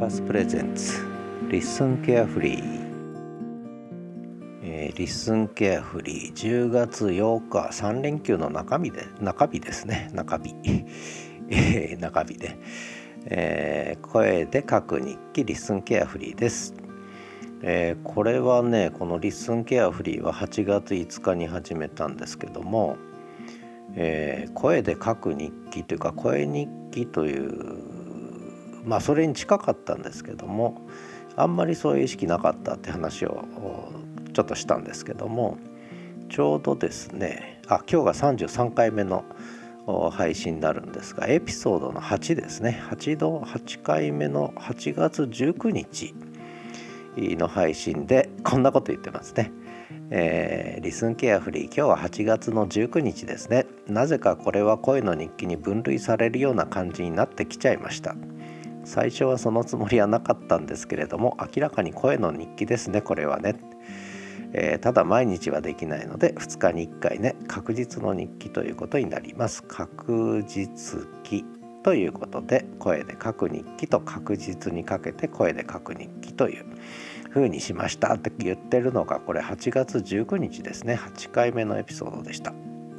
パスプレゼンツリッスンケアフリー、リッスンケアフリー10月8日3連休の中日ですね中日で、声で書く日記リッスンケアフリーです。これはね、このリッスンケアフリーは8月5日に始めたんですけども、声で書く日記というか声日記というそれに近かったんですけども、あんまりそういう意識なかったって話をちょっとしたんですけども、ちょうどですね、今日が33回目の配信になるんですが、エピソードの8ですね、8回目の8月19日の配信でこんなこと言ってますね。リスンケアフリー、今日は8月の19日ですね。なぜかこれは声の日記に分類されるような感じになってきちゃいました。最初はそのつもりはなかったんですけれども、明らかに声の日記ですね、これはね。ただ毎日はできないので2日に1回ね、確実の日記ということになります。確実記ということで、声で書く日記と確実にかけて声で書く日記という風にしましたって言ってるのが、これ8月19日ですね。8回目のエピソードでした。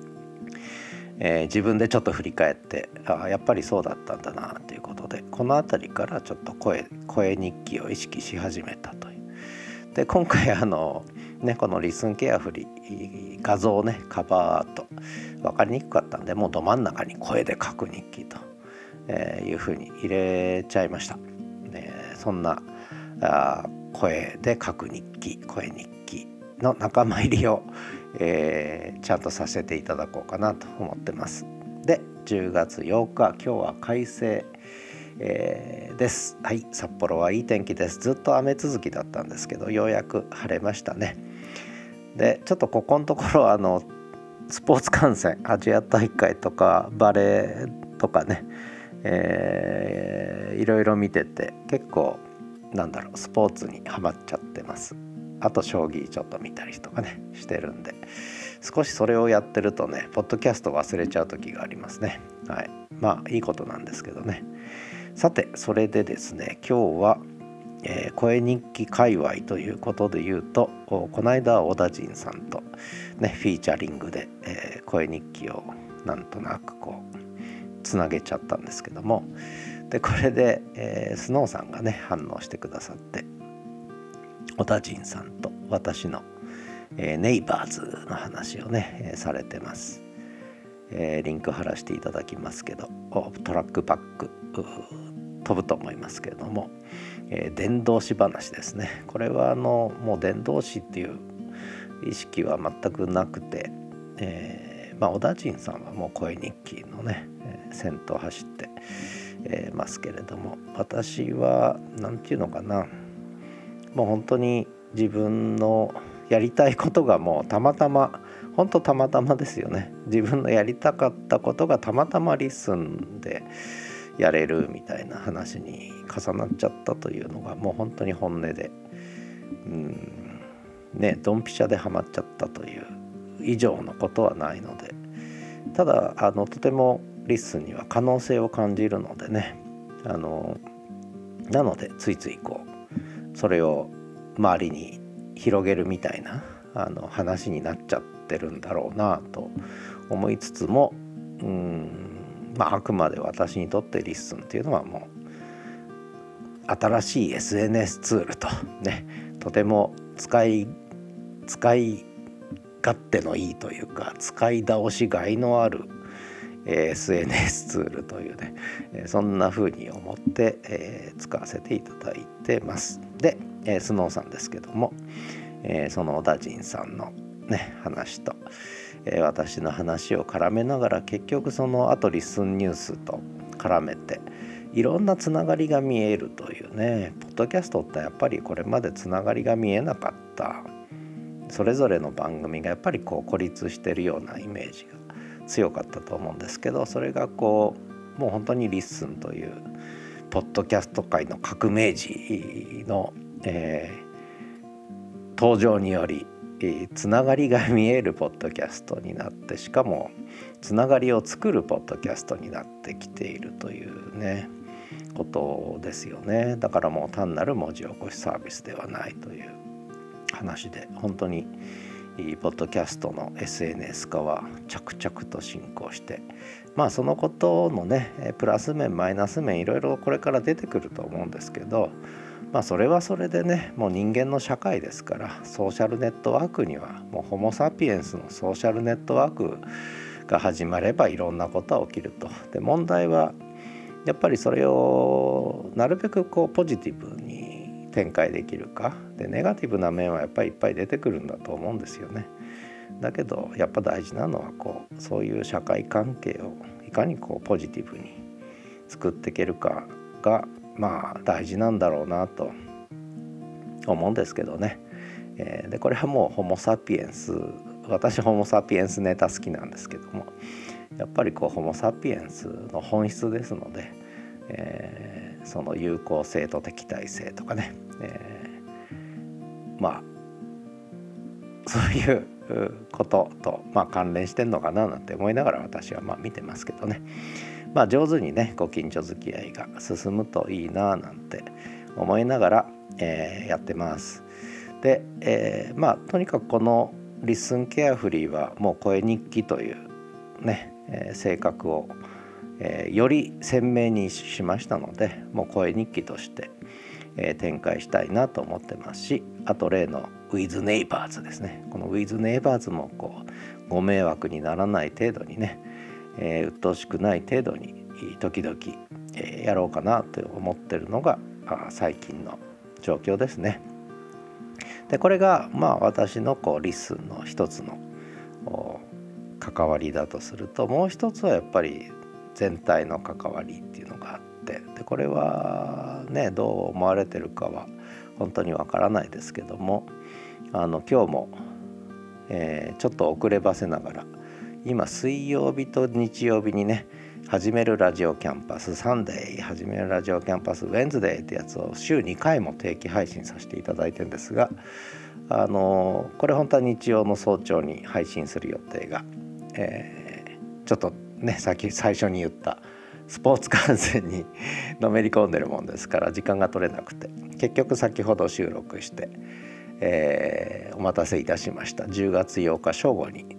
自分でちょっと振り返って、やっぱりそうだったんだなということで、このあたりからちょっと声日記を意識し始めたという。で、今回このリスンケアフリー画像をね、カバーアート分かりにくかったんで、もうど真ん中に声で書く日記というふうに入れちゃいました。そんな声で書く日記、声日記の仲間入りを、ちゃんとさせていただこうかなと思ってます。で、10月8日、今日は快晴、です。はい、札幌はいい天気です。ずっと雨続きだったんですけど、ようやく晴れましたね。で、ちょっとここのところスポーツ観戦、アジア大会とかバレーとかね、いろいろ見てて、結構スポーツにハマっちゃってます。あと将棋ちょっと見たりとかねしてるんで、少しそれをやってるとね、ポッドキャスト忘れちゃう時がありますね。はい、いいことなんですけどね。さて、それでですね、今日は、声日記界隈ということで言うと、この間小田陣さんとねフィーチャリングで、声日記をなんとなくつなげちゃったんですけども、でこれで、スノーさんがね反応してくださって、小田陣さんと私の、ネイバーズの話をね、されてます。リンク貼らせていただきますけど、トラックバック飛ぶと思いますけれども、伝道師話ですね。これはもう伝道師っていう意識は全くなくて、小田陣さんはもう声日記のね、先頭走って、ますけれども、私はなんていうのかな、もう本当に自分のやりたいことがもうたまたまですよね。自分のやりたかったことがたまたまリッスンでやれるみたいな話に重なっちゃったというのがもう本当に本音で、ドンピシャでハマっちゃったという以上のことはないので、ただとてもリッスンには可能性を感じるのでね、なのでついついそれを周りに広げるみたいな話になっちゃってるんだろうなと思いつつも、あくまで私にとってリッスンっていうのはもう新しい SNS ツールとね、とても使い勝手のいいというか、使い倒しがいのあるSNS ツールというね、そんな風に思って、使わせていただいてます。で、スノーさんですけども、その小田陣さんのね話と、私の話を絡めながら、結局その後リスンニュースと絡めていろんなつながりが見えるというね。ポッドキャストってやっぱりこれまでつながりが見えなかった、それぞれの番組がやっぱり孤立してるようなイメージが強かったと思うんですけど、それがもう本当にリッスンというポッドキャスト界の革命児の、登場によりつながりが見えるポッドキャストになって、しかもつながりを作るポッドキャストになってきているというね。 ことですよね。だからもう単なる文字起こしサービスではないという話で、本当にポッドキャストの SNS 化は着々と進行して、そのことのねプラス面マイナス面いろいろこれから出てくると思うんですけど、それはそれでね、もう人間の社会ですから、ソーシャルネットワークにはもうホモ・サピエンスのソーシャルネットワークが始まればいろんなことは起きると。で、問題はやっぱりそれをなるべくポジティブに展開できるかで、ネガティブな面はやっぱりいっぱい出てくるんだと思うんですよね。だけどやっぱ大事なのはそういう社会関係をいかにポジティブに作っていけるかが大事なんだろうなと思うんですけどね。でこれはもうホモ・サピエンス、私ホモ・サピエンスネタ好きなんですけども、やっぱりホモ・サピエンスの本質ですので、その有効性と敵対性とかね、そういうことと関連してんのかななんて思いながら私は見てますけどね。上手にねご近所付き合いが進むといいななんて思いながら、やってます。で、とにかくこのリッスンケアフリーはもう声日記というね、性格を、より鮮明にしましたので、もう声日記として、展開したいなと思ってますし、あと例の With Neighbors ですね。この With Neighbors もご迷惑にならない程度にね、鬱陶しくない程度に時々、やろうかなと思ってるのが最近の状況ですね。でこれが私のリッスンの一つの関わりだとすると、もう一つはやっぱり全体の関わりっていうのがあって、でこれはねどう思われてるかは本当にわからないですけども、今日も、ちょっと遅ればせながら今水曜日と日曜日にね始めるラジオキャンパスサンデー、始めるラジオキャンパスウェンズデーってやつを週2回も定期配信させていただいてるんですが、これ本当は日曜の早朝に配信する予定が、ちょっとね最初に言ったスポーツ観戦にのめり込んでるもんですから時間が取れなくて、結局先ほど収録して、お待たせいたしました。10月8日正午に、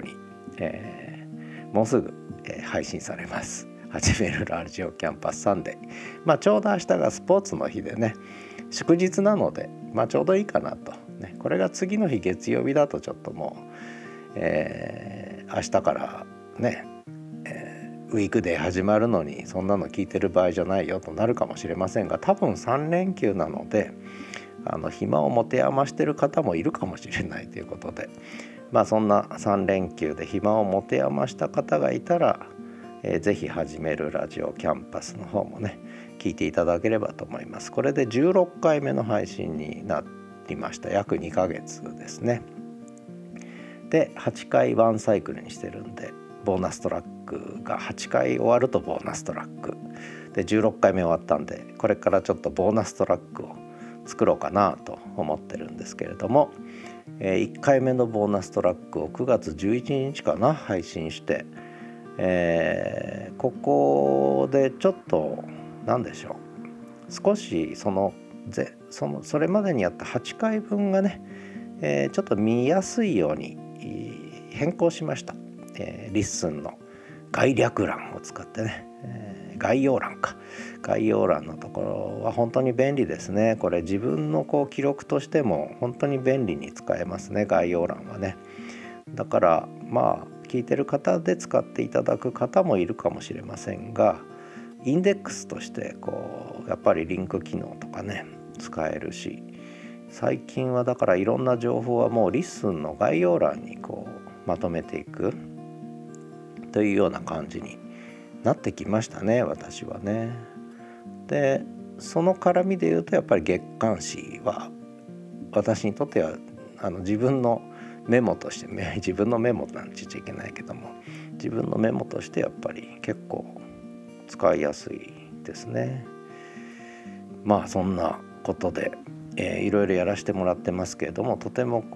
もうすぐ、配信されます。始めるラジオキャンパスサンデー。ちょうど明日がスポーツの日でね、祝日なのでちょうどいいかなと、ね、これが次の日月曜日だとちょっともう、明日からね、ウィークデー始まるのにそんなの聞いてる場合じゃないよとなるかもしれませんが、多分3連休なので暇を持て余してる方もいるかもしれないということで、そんな3連休で暇を持て余した方がいたら、ぜひ始めるラジオキャンパスの方もね聞いていただければと思います。これで16回目の配信になりました。約2ヶ月ですね。で8回ワンサイクルにしてるんで、ボーナストラックが8回終わるとボーナストラックで16回目終わったんで、これからちょっとボーナストラックを作ろうかなと思ってるんですけれども、1回目のボーナストラックを9月11日かな配信して、ここでちょっと何でしょう、少しそれまでにやった8回分がね、ちょっと見やすいように変更しました。リッスンの概略欄を使ってね、概要欄のところは本当に便利ですね。これ自分の記録としても本当に便利に使えますね、概要欄はね。だから聞いてる方で使っていただく方もいるかもしれませんが、インデックスとしてやっぱりリンク機能とかね使えるし、最近はだからいろんな情報はもうリッスンの概要欄にまとめていくというような感じになってきましたね、私はね。でその絡みで言うとやっぱり月刊誌は私にとっては自分のメモとして自分のメモなんて言っちゃいけないけども、自分のメモとしてやっぱり結構使いやすいですね。そんなことで、いろいろやらせてもらってますけれども、とても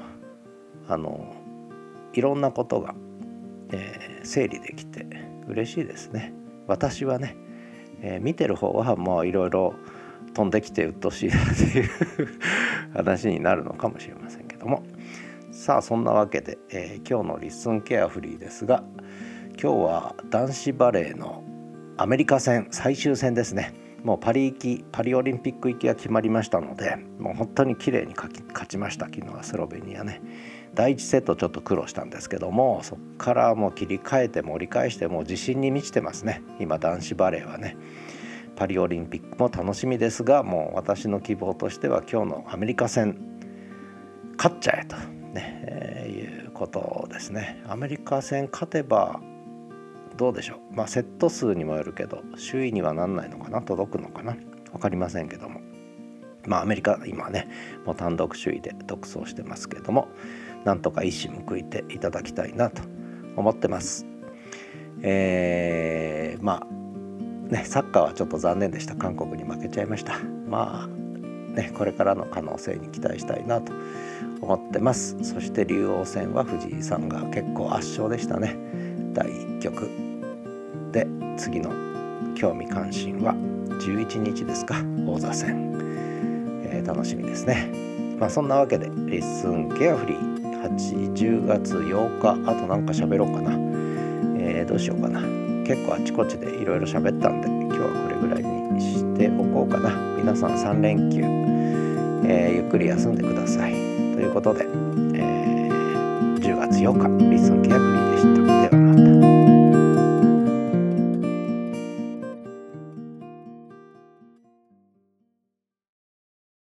いろんなことが、整理できて嬉しいですね。私はね、 見てる方はもういろいろ飛んできて鬱陶しいなっていう話になるのかもしれませんけども、さあそんなわけで、今日のリッスンケアフリーですが、今日は男子バレーのアメリカ戦最終戦ですね。もうパリオリンピック行きが決まりましたので、もう本当に綺麗に勝ちました。昨日はスロベニアね。第1セットちょっと苦労したんですけども、そこからもう切り替えて盛り返して、もう自信に満ちてますね。今男子バレーはね。パリオリンピックも楽しみですが、もう私の希望としては今日のアメリカ戦勝っちゃえと、いうことですね。アメリカ戦勝てばどうでしょう。セット数にもよるけど首位にはなんないのかな、届くのかな、分かりませんけども、アメリカ今ねもう単独首位で独走してますけども、なんとか一矢報いていただきたいなと思ってます。サッカーはちょっと残念でした。韓国に負けちゃいました。これからの可能性に期待したいなと思ってます。そして竜王戦は藤井さんが結構圧勝でしたね。第1局で、次の興味関心は11日ですか、王座戦、楽しみですね。そんなわけでリッスンケアフリー10月8日、あとなんか喋ろうかな、どうしようかな。結構あちこちでいろいろ喋ったんで、今日はこれぐらいにしておこうかな。皆さん3連休、ゆっくり休んでくださいということで、10月8日リッスンケアフリー